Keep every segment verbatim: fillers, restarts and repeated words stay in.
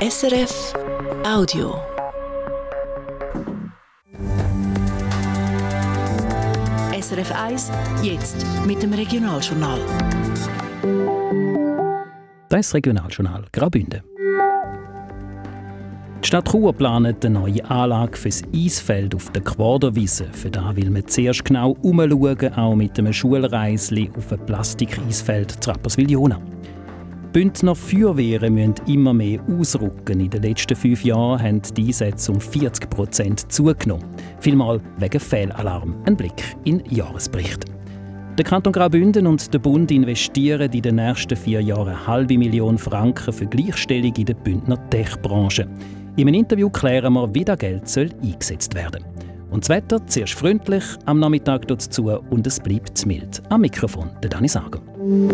S R F Audio. S R F eins, jetzt mit dem Regionaljournal. Das ist das Regionaljournal Graubünden. Die Stadt Chur plant eine neue Anlage für das Eisfeld auf der Quaderwiese. Für das will man zuerst genau umschauen, auch mit einem Schulreisli auf ein Plastikeisfeld zu Rapperswil-Jona. Bündner Feuerwehren müssen immer mehr ausrücken. In den letzten fünf Jahren haben die Einsätze um vierzig Prozent zugenommen. Vielmal wegen Fehlalarm. Ein Blick in den Jahresbericht. Der Kanton Graubünden und der Bund investieren in den nächsten vier Jahren eine halbe Million Franken für Gleichstellung in der Bündner Tech-Branche. In einem Interview klären wir, wie das Geld soll eingesetzt werden soll. Und das Wetter zuerst freundlich, am Nachmittag tut es zu und es bleibt mild. Am Mikrofon der Dani Sager.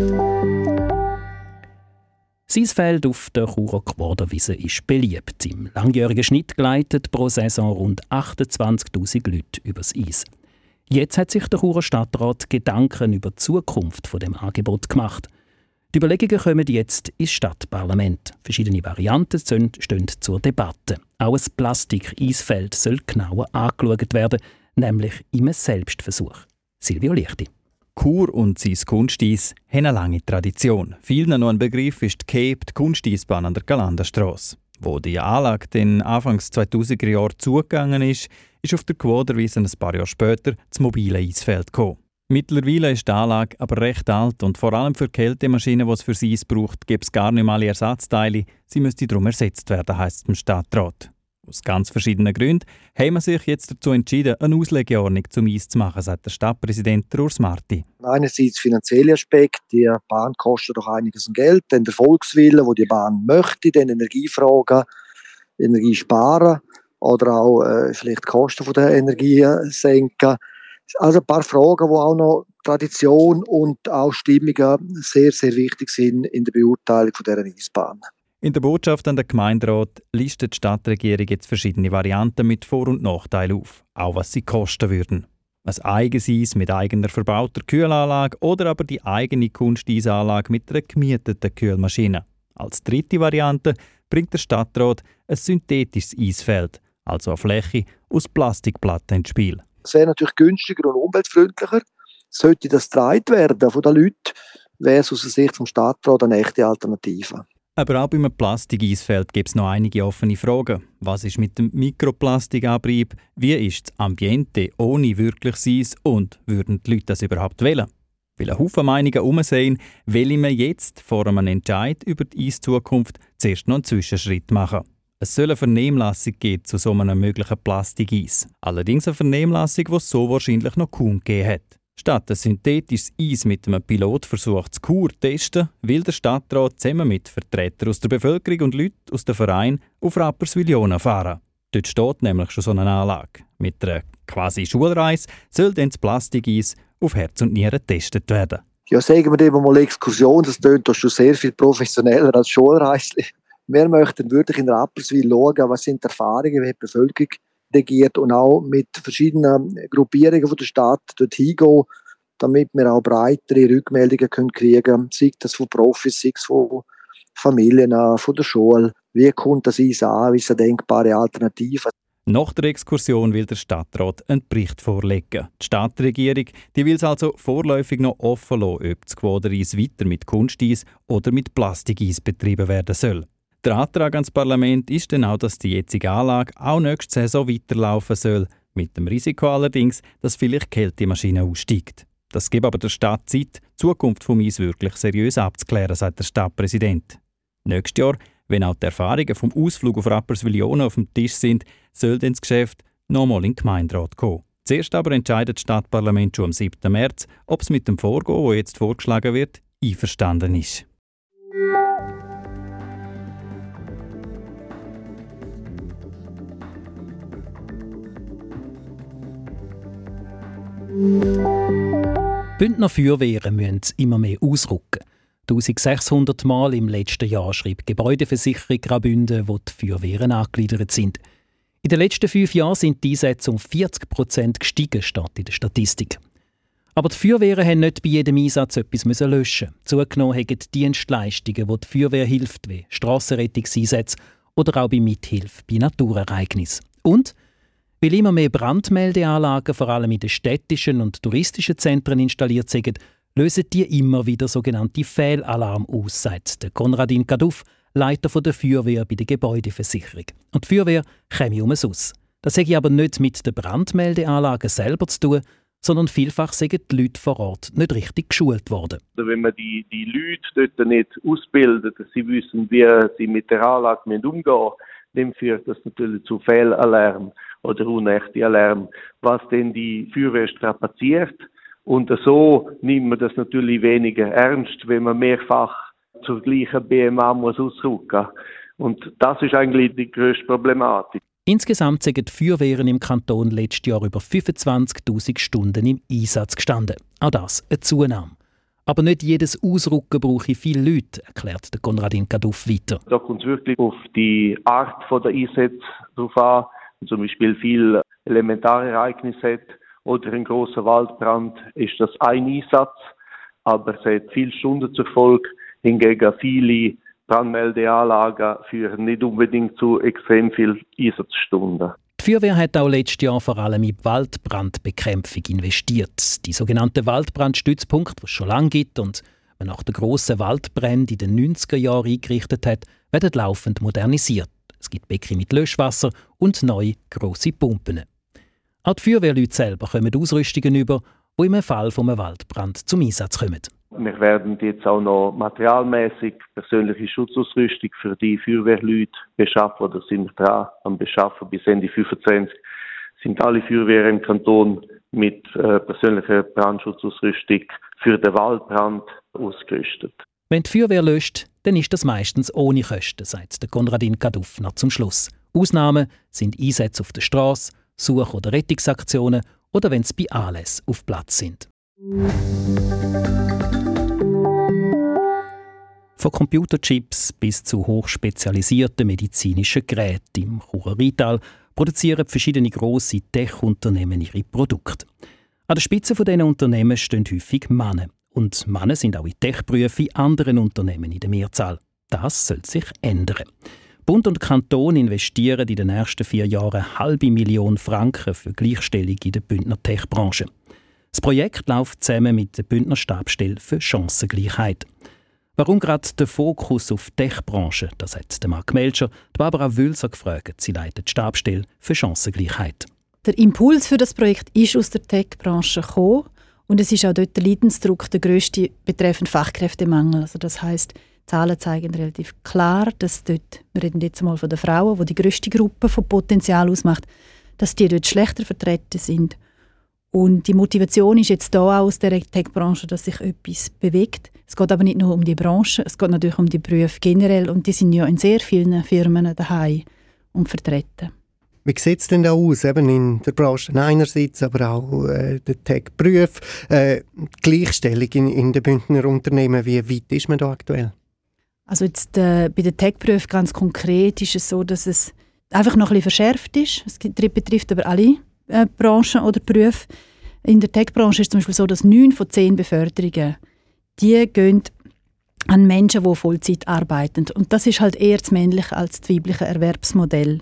Das Eisfeld auf der Churer Quaderwiese ist beliebt. Im langjährigen Schnitt gleiten pro Saison rund achtundzwanzigtausend Leute übers Eis. Jetzt hat sich der Churer Stadtrat Gedanken über die Zukunft von dem Angebot gemacht. Die Überlegungen kommen jetzt ins Stadtparlament. Verschiedene Varianten stehen zur Debatte. Auch ein Plastik-Eisfeld soll genauer angeschaut werden, nämlich im Selbstversuch. Silvio Lichti. Chur und sein Kunsteis haben eine lange Tradition. Vielen noch ein Begriff ist die Cape, die Kunsteisbahn an der Galanderstrasse. Wo die Anlage dann Anfangs zweitausender Jahre zugegangen ist, ist auf der Quaderwiese ein paar Jahre später das mobile Eisfeld gekommen. Mittlerweile ist die Anlage aber recht alt und vor allem für Kältemaschinen, die es für das Eis braucht, gibt es gar nicht mal alle Ersatzteile. Sie müsste darum ersetzt werden, heisst es im Stadtrat. Aus ganz verschiedenen Gründen haben wir sich jetzt dazu entschieden, eine Auslegeordnung zum Eis zu machen, sagt der Stadtpräsident Urs Marti. Einerseits finanzielle Aspekt, die Bahn kostet doch einiges an Geld, dann der Volkswille, wo die Bahn möchte, dann Energiefragen, Energie sparen oder auch äh, vielleicht die Kosten von der Energie senken. Also ein paar Fragen, wo auch noch Tradition und auch Stimmungen sehr, sehr wichtig sind in der Beurteilung von dieser Eisbahn. In der Botschaft an den Gemeinderat listet die Stadtregierung jetzt verschiedene Varianten mit Vor- und Nachteilen auf, auch was sie kosten würden. Ein eigenes Eis mit eigener verbauter Kühlanlage oder aber die eigene Kunsteisanlage mit einer gemieteten Kühlmaschine. Als dritte Variante bringt der Stadtrat ein synthetisches Eisfeld, also eine Fläche aus Plastikplatten ins Spiel. Das wäre natürlich günstiger und umweltfreundlicher. Sollte das getragen werden von den Leuten, wäre es aus der Sicht des Stadtrats eine echte Alternative. Aber auch beim Plastikeisfeld gibt es noch einige offene Fragen. Was ist mit dem Mikroplastikabrieb? Wie ist das Ambiente ohne wirkliches Eis? Und würden die Leute das überhaupt wählen? Weil ein Haufen Meinungen herumsehen, will man jetzt vor einem Entscheid über die Eiszukunft zuerst noch einen Zwischenschritt machen. Es soll eine Vernehmlassung geben zu so einem möglichen Plastikeis. Allerdings eine Vernehmlassung, die es so wahrscheinlich noch kaum gegeben hat. Statt ein synthetisches Eis mit einem Pilotversuch zu Chur testen, will der Stadtrat zusammen mit Vertretern aus der Bevölkerung und Leuten aus dem Verein auf Rapperswil-Jona fahren. Dort steht nämlich schon so eine Anlage. Mit einer quasi Schulreise soll dann das Plastikeis auf Herz und Nieren getestet werden. Ja, sagen wir eben mal Exkursion, das klingt doch schon sehr viel professioneller als Schulreise. Wir möchten wirklich in Rapperswil schauen, was sind die Erfahrungen, wie die Bevölkerung regiert und auch mit verschiedenen Gruppierungen von der Stadt dort hingehen, damit wir auch breitere Rückmeldungen können kriegen, sei das von Profis, sei es von Familien, von der Schule. Wie kommt das Eis an, wie ist eine denkbare Alternative? Nach der Exkursion will der Stadtrat einen Bericht vorlegen. Die Stadtregierung die will es also vorläufig noch offen lassen, ob das Quadereis weiter mit Kunsteis oder mit Plastikeis betrieben werden soll. Der Antrag ans Parlament ist dann auch, dass die jetzige Anlage auch nächste Saison weiterlaufen soll, mit dem Risiko allerdings, dass vielleicht die Kältemaschine aussteigt. Das gibt aber der Stadt Zeit, die Zukunft vom Eis wirklich seriös abzuklären, sagt der Stadtpräsident. Nächstes Jahr, wenn auch die Erfahrungen vom Ausflug auf Rapperswil-Jona auf dem Tisch sind, soll dann das Geschäft nochmal in den Gemeinderat kommen. Zuerst aber entscheidet das Stadtparlament schon am siebten März, ob es mit dem Vorgehen, das jetzt vorgeschlagen wird, einverstanden ist. Bündner Feuerwehren müssen immer mehr ausrücken. eintausendsechshundert Mal im letzten Jahr schrieb die Gebäudeversicherung Graubünden, wo die Feuerwehren angegliedert sind. In den letzten fünf Jahren sind die Einsätze um vierzig Prozent gestiegen, steht in der Statistik. Aber die Feuerwehren haben nicht bei jedem Einsatz etwas löschen müssen. Zugenommen haben die Dienstleistungen, die die Feuerwehr hilft, wie Strassenrettungseinsätze oder auch bei Mithilfe bei Naturereignissen. Und weil immer mehr Brandmeldeanlagen vor allem in den städtischen und touristischen Zentren installiert sind, lösen die immer wieder sogenannte Fehlalarm aus, sagt der Konradin Kaduff, Leiter der Feuerwehr bei der Gebäudeversicherung. Und die Feuerwehr käme um es aus. Das hat aber nicht mit den Brandmeldeanlagen selber zu tun, sondern vielfach sind die Leute vor Ort nicht richtig geschult worden. Also wenn man die, die Leute dort nicht ausbildet, dass sie wissen, wie sie mit der Anlage umgehen müssen, dann führt das natürlich zu Fehlalarm oder unechten Alarm, was dann die Feuerwehr strapaziert. Und so nimmt man das natürlich weniger ernst, wenn man mehrfach zur gleichen B M A muss ausrücken. Und das ist eigentlich die grösste Problematik. Insgesamt sind die Feuerwehren im Kanton letztes Jahr über fünfundzwanzigtausend Stunden im Einsatz gestanden. Auch das eine Zunahme. Aber nicht jedes Ausrücken brauche viele Leute, erklärt der Konradin Kaduff weiter. Da kommt es wirklich auf die Art der Einsätze drauf an. Zum Beispiel viel Elementarereignisse hat oder ein grosser Waldbrand ist das ein Einsatz, aber es hat viele Stunden zur Folge. Hingegen viele Brandmeldeanlagen führen nicht unbedingt zu extrem vielen Einsatzstunden. Die Feuerwehr hat auch letztes Jahr vor allem in Waldbrandbekämpfung investiert. Die sogenannten Waldbrandstützpunkte, die es schon lange gibt und man nach den grossen Waldbränden in den neunziger Jahren eingerichtet hat, werden laufend modernisiert. Es gibt Becken mit Löschwasser und neue grosse Pumpen. Auch die Feuerwehrleute selber kommen Ausrüstungen über, die im Fall eines Waldbrands zum Einsatz kommen. Wir werden jetzt auch noch materialmäßig persönliche Schutzausrüstung für die Feuerwehrleute beschaffen, oder sind wir dran am Beschaffen. Bis Ende fünfundzwanzig sind alle Feuerwehren im Kanton mit äh, persönlicher Brandschutzausrüstung für den Waldbrand ausgerüstet. Wenn die Feuerwehr löscht, dann ist das meistens ohne Kosten, sagt der Konradin Kaduff noch zum Schluss. Ausnahmen sind Einsätze auf der Straße, Such- oder Rettungsaktionen oder wenn sie bei Anlässen auf Platz sind. Von Computerchips bis zu hochspezialisierten medizinischen Geräten im Churer Rheintal produzieren verschiedene grosse Tech-Unternehmen ihre Produkte. An der Spitze dieser Unternehmen stehen häufig Männer. Und Männer sind auch in Tech-Berufen in anderen Unternehmen in der Mehrzahl. Das soll sich ändern. Bund und Kanton investieren in den nächsten vier Jahren eine halbe Million Franken für Gleichstellung in der Bündner Tech-Branche. Das Projekt läuft zusammen mit der Bündner Stabsstelle für Chancengleichheit. Warum gerade der Fokus auf die Tech-Branche, das hat der Marc Melcher, die Barbara Wülser gefragt. Sie leitet die Stabsstelle für Chancengleichheit. Der Impuls für das Projekt ist aus der Tech-Branche gekommen. Und es ist auch dort der Leidensdruck der grösste betreffend Fachkräftemangel. Also das heisst, Zahlen zeigen relativ klar, dass dort, wir reden jetzt mal von den Frauen, die die grösste Gruppe von Potenzial ausmacht, dass die dort schlechter vertreten sind. Und die Motivation ist jetzt da auch aus der Tech-Branche, dass sich etwas bewegt. Es geht aber nicht nur um die Branche, es geht natürlich um die Berufe generell und die sind ja in sehr vielen Firmen daheim und vertreten. Wie sieht es denn da aus, eben in der Branche einerseits, aber auch äh, der Tech-Beruf, äh, Gleichstellung in, in den Bündner Unternehmen, wie weit ist man da aktuell? Also jetzt äh, bei den Tech-Berufen ganz konkret ist es so, dass es einfach noch ein bisschen verschärft ist. Es betrifft aber alle äh, Branchen oder Berufe. In der Tech-Branche ist es zum Beispiel so, dass neun von zehn Beförderungen, die gehen an Menschen, die Vollzeit arbeiten. Und das ist halt eher das männliche als das weibliche Erwerbsmodell.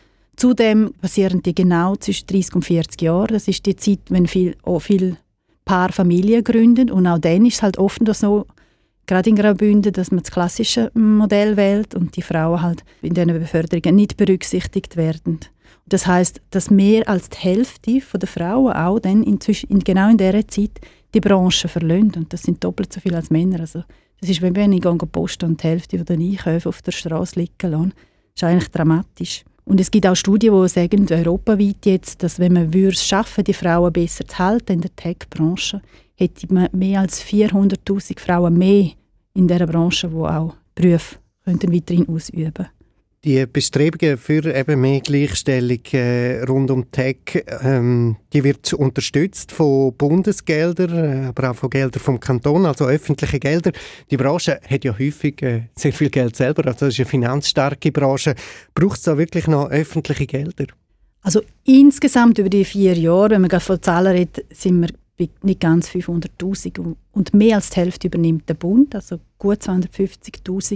Zudem passieren die genau zwischen dreißig und vierzig Jahren. Das ist die Zeit, wenn viel, auch viele Paar Familien gründen. Und auch dann ist es halt oft so, gerade in Graubünden, dass man das klassische Modell wählt und die Frauen halt in diesen Beförderungen nicht berücksichtigt werden. Das heisst, dass mehr als die Hälfte der Frauen auch dann inzwischen, in, genau in dieser Zeit die Branche verlassen. Und das sind doppelt so viele als Männer. Also, das ist, wenn ich poste und die Hälfte der Einkäufe auf der Straße liegen lasse. Das ist eigentlich dramatisch. Und es gibt auch Studien, die sagen, europaweit jetzt, dass wenn man es schaffen würde, die Frauen besser zu halten in der Tech-Branche, hätte man mehr als vierhunderttausend Frauen mehr in dieser Branche, die auch Berufe weiterhin ausüben könnten. Die Bestrebungen für eben mehr Gleichstellung äh, rund um Tech, ähm, die wird unterstützt von Bundesgeldern, äh, aber auch von Geldern vom Kanton, also öffentliche Gelder. Die Branche hat ja häufig äh, sehr viel Geld selber, also das ist eine finanzstarke Branche. Braucht es da wirklich noch öffentliche Gelder? Also insgesamt über die vier Jahre, wenn man gerade von Zahlen redet, sind wir bei nicht ganz fünfhunderttausend und mehr als die Hälfte übernimmt der Bund, also gut zweihundertfünfzigtausend.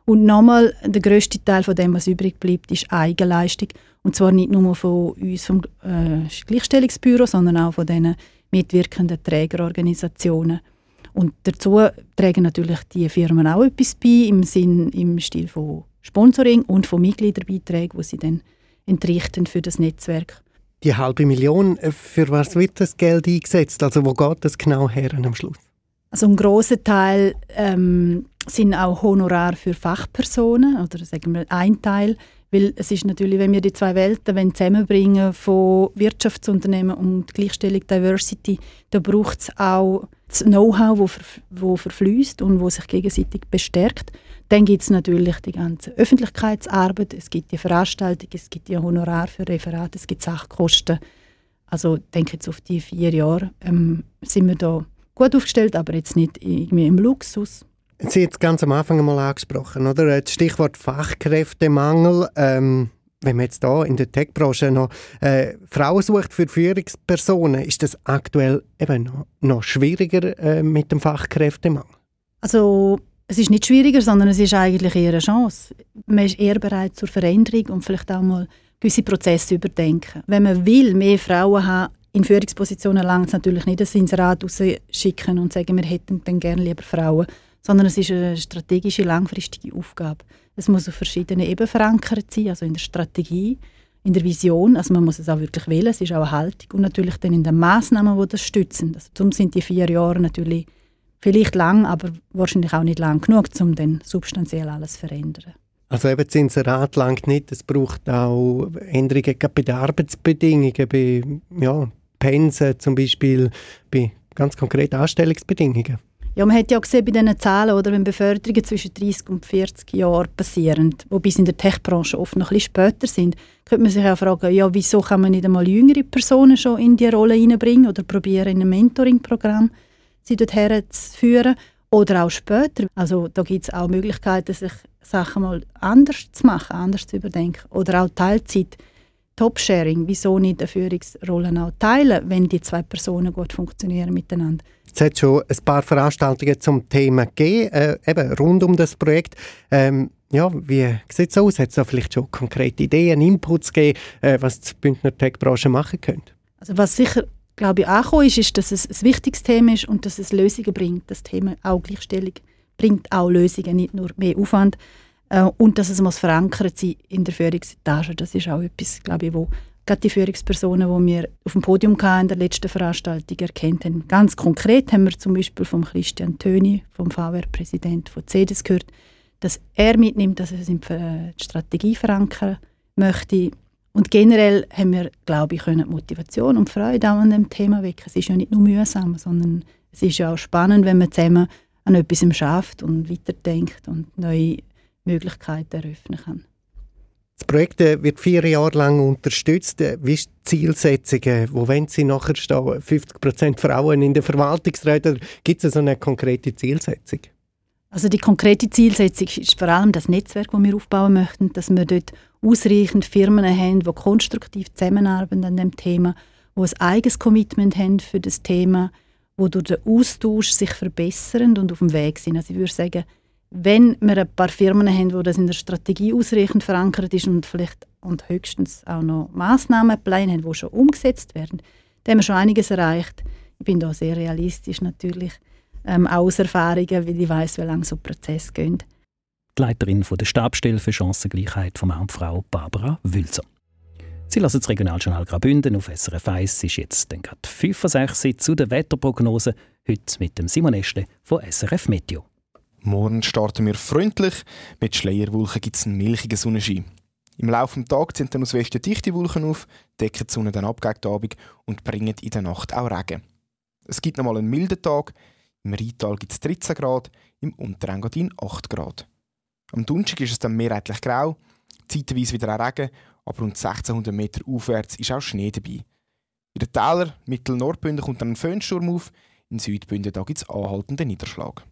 Und nochmal, der grösste Teil von dem, was übrig bleibt, ist Eigenleistung. Und zwar nicht nur von uns, vom äh, Gleichstellungsbüro, sondern auch von den mitwirkenden Trägerorganisationen. Und dazu tragen natürlich die Firmen auch etwas bei, im Sinn, im Stil von Sponsoring und von Mitgliederbeiträgen, die sie dann entrichten für das Netzwerk. Die halbe Million, für was wird das Geld eingesetzt? Also wo geht das genau her am Schluss? Also ein grosser Teil ähm, sind auch Honorar für Fachpersonen, oder sagen wir ein Teil, weil es ist natürlich, wenn wir die zwei Welten zusammenbringen von Wirtschaftsunternehmen und Gleichstellung, Diversity, da braucht es auch das Know-how, das ver, verfließt und wo sich gegenseitig bestärkt. Dann gibt es natürlich die ganze Öffentlichkeitsarbeit, es gibt die Veranstaltungen, es gibt die Honorar für Referate, es gibt Sachkosten. Also ich denke jetzt auf die vier Jahre ähm, sind wir da gut aufgestellt, aber jetzt nicht irgendwie im Luxus. Sie haben es ganz am Anfang einmal angesprochen, oder? Das Stichwort Fachkräftemangel. Ähm, wenn man jetzt hier in der Tech-Branche noch äh, Frauen sucht für Führungspersonen, ist das aktuell eben noch, noch schwieriger äh, mit dem Fachkräftemangel? Also es ist nicht schwieriger, sondern es ist eigentlich eher eine Chance. Man ist eher bereit zur Veränderung und vielleicht auch mal gewisse Prozesse überdenken. Wenn man will, mehr Frauen haben in Führungspositionen, langt es natürlich nicht, dass sie ins Rat rausschicken und sagen, wir hätten dann gerne lieber Frauen, sondern es ist eine strategische, langfristige Aufgabe. Es muss auf verschiedenen Ebenen verankert sein, also in der Strategie, in der Vision, also man muss es auch wirklich wählen, es ist auch eine Haltung und natürlich dann in den Massnahmen, die das stützen. Also darum sind die vier Jahre natürlich vielleicht lang, aber wahrscheinlich auch nicht lang genug, um dann substanziell alles zu verändern. Also eben das Inserat langt nicht, es braucht auch Änderungen bei den Arbeitsbedingungen, bei ja, Pensen zum Beispiel, bei ganz konkreten Anstellungsbedingungen. Ja, man hat ja gesehen bei diesen Zahlen, oder, wenn Beförderungen zwischen dreißig und vierzig Jahren passieren, wobei sie in der Tech-Branche oft noch ein bisschen später sind, könnte man sich auch fragen, ja, wieso kann man nicht einmal jüngere Personen schon in diese Rolle hineinbringen oder probieren, in einem Mentoring-Programm sie dorthin zu führen oder auch später. Also da gibt es auch Möglichkeiten, sich Sachen mal anders zu machen, anders zu überdenken. Oder auch Teilzeit, Top-Sharing, wieso nicht die Führungsrollen auch teilen, wenn die zwei Personen gut funktionieren miteinander. Es hat schon ein paar Veranstaltungen zum Thema gegeben, äh, eben rund um das Projekt. Ähm, ja, wie sieht es aus? Hat es da vielleicht schon konkrete Ideen, Inputs gegeben, äh, was die Bündner Tech-Branche machen könnte? Also was sicher, glaube ich, angekommen ist, ist, dass es ein wichtiges Thema ist und dass es Lösungen bringt. Das Thema auch Gleichstellung bringt auch Lösungen, nicht nur mehr Aufwand. Äh, und dass es muss verankert sein in der Führungsetage. Das ist auch etwas, glaube ich, wo gerade die Führungspersonen, die wir auf dem Podium hatten, in der letzten Veranstaltung erkannt haben. Ganz konkret haben wir zum Beispiel von Christian Töni, vom V W-Präsident von C E D E S gehört, dass er mitnimmt, dass er es in die Strategie verankern möchte. Und generell haben wir, glaube ich, können Motivation und Freude auch an dem Thema wecken. Es ist ja nicht nur mühsam, sondern es ist ja auch spannend, wenn man zusammen an etwas schafft und weiterdenkt und neue Möglichkeiten eröffnen kann. Das Projekt wird vier Jahre lang unterstützt. Wie ist die Zielsetzung? Wo wollen Sie nachher stehen? fünfzig Prozent Frauen in den Verwaltungsräten? Gibt es so eine konkrete Zielsetzung? Also die konkrete Zielsetzung ist vor allem das Netzwerk, das wir aufbauen möchten, dass wir dort ausreichend Firmen haben, die konstruktiv zusammenarbeiten an dem Thema, die ein eigenes Commitment haben für das Thema, die durch den Austausch sich verbessern und auf dem Weg sind. Also ich würde sagen, wenn wir ein paar Firmen haben, wo das in der Strategie ausreichend verankert ist und vielleicht und höchstens auch noch Massnahmenpläne haben, die schon umgesetzt werden, dann haben wir schon einiges erreicht. Ich bin da sehr realistisch natürlich, ähm, aus Erfahrungen, weil ich weiss, wie lange so Prozesse gehen. Die Leiterin der Stabsstelle für Chancengleichheit von Mann und Frau, Barbara Wülzer. Sie lassen das Regionaljournal Graubünden auf S R F eins. Es ist jetzt dann gerade fünf vor sechs zu der Wetterprognose. Heute mit dem Simon Este von S R F Meteo. Morgen starten wir freundlich. Mit Schleierwolken gibt es einen milchigen Sonnenschein. Im Laufe des Tages ziehen dann aus Westen dichte Wolken auf, decken die Sonne dann ab gegen den Abend und bringen in der Nacht auch Regen. Es gibt nochmal einen milden Tag. Im Rheintal gibt es dreizehn Grad, im Unterengadin acht Grad. Am Donnerstag ist es dann mehrheitlich grau, zeitweise wieder auch Regen, aber rund sechzehnhundert Meter aufwärts ist auch Schnee dabei. In den Tälern Mittel-Nordbünden kommt dann ein Föhnsturm auf, in Südbünden gibt es anhaltenden Niederschlag.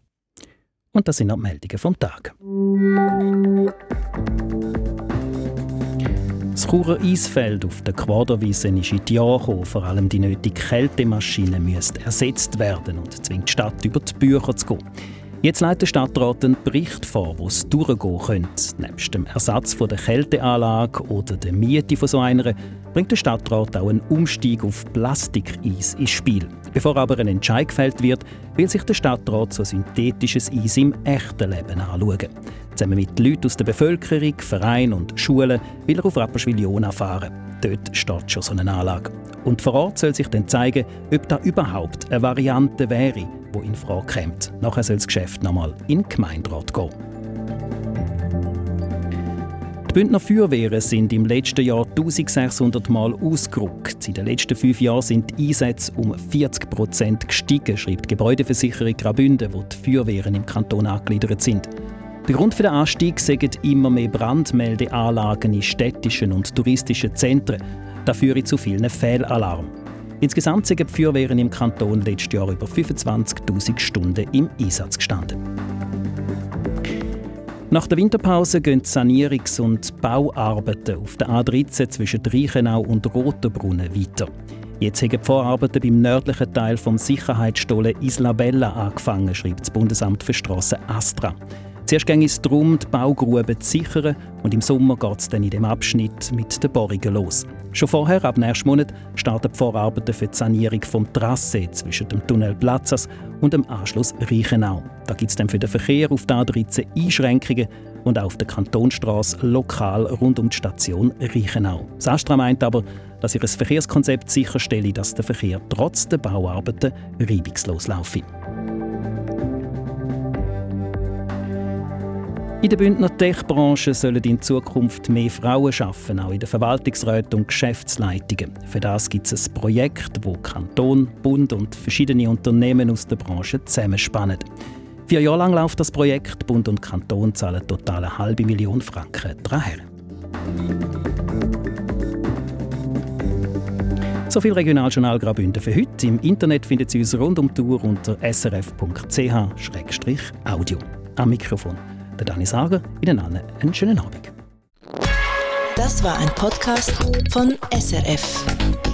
Und das sind noch die Meldungen vom Tag. Das Churer Eisfeld auf der Quaderwiese ist in die Jahre gekommen. Vor allem die nötige Kältemaschine müsste ersetzt werden und zwingt die Stadt, über die Bücher zu gehen. Jetzt legt der Stadtrat einen Bericht vor, wo es durchgehen könnte. Nebst dem Ersatz von der Kälteanlage oder der Miete von so einer bringt der Stadtrat auch einen Umstieg auf Plastikeis ins Spiel. Bevor aber ein Entscheid gefällt wird, will sich der Stadtrat so synthetisches Eis im echten Leben anschauen. Zusammen mit Leuten aus der Bevölkerung, Vereinen und Schulen will er auf Rapperswil-Jona fahren. Dort steht schon so eine Anlage. Und vor Ort soll sich dann zeigen, ob da überhaupt eine Variante wäre, die in Frage kommt. Nachher soll das Geschäft nochmal in den Gemeinderat gehen. Die Bündner Feuerwehren sind im letzten Jahr eintausendsechshundert Mal ausgerückt. In den letzten fünf Jahren sind die Einsätze um vierzig Prozent gestiegen, schreibt die Gebäudeversicherung Graubünden, wo die Feuerwehren im Kanton angegliedert sind. Der Grund für den Anstieg sind immer mehr Brandmeldeanlagen in städtischen und touristischen Zentren. Das führt zu vielen Fehlalarmen. Insgesamt sind die Feuerwehren im Kanton letztes Jahr über fünfundzwanzigtausend Stunden im Einsatz gestanden. Nach der Winterpause gehen die Sanierungs- und Bauarbeiten auf der A dreizehn zwischen Reichenau und Rotenbrunnen weiter. Jetzt haben die Vorarbeiten beim nördlichen Teil vom Sicherheitsstollen Isla Bella angefangen, schreibt das Bundesamt für Strassen Astra. Zuerst ging es darum, die Baugruben zu sichern und im Sommer geht es dann in dem Abschnitt mit den Bohrungen los. Schon vorher, ab nächsten Monat, starten die Vorarbeiten für die Sanierung vom Trassee zwischen dem Tunnel Platzas und dem Anschluss Reichenau. Da gibt es dann für den Verkehr auf der A dreizehn Einschränkungen und auch auf der Kantonstrasse lokal rund um die Station Reichenau. Das Astra meint aber, dass ihr Verkehrskonzept sicherstelle, dass der Verkehr trotz der Bauarbeiten reibungslos laufe. In der Bündner Tech-Branche sollen in Zukunft mehr Frauen arbeiten, auch in den Verwaltungsräten und Geschäftsleitungen. Für das gibt es ein Projekt, wo Kanton, Bund und verschiedene Unternehmen aus der Branche zusammenspannen. Vier Jahre lang läuft das Projekt. Bund und Kanton zahlen total eine halbe Million Franken daher. So viel Regionaljournal Graubünden für heute. Im Internet findet Sie uns rund um die Uhr unter s r f punkt c h slash audio. Am Mikrofon der Dani Sager. Ihnen allen einen schönen Abend. Das war ein Podcast von S R F.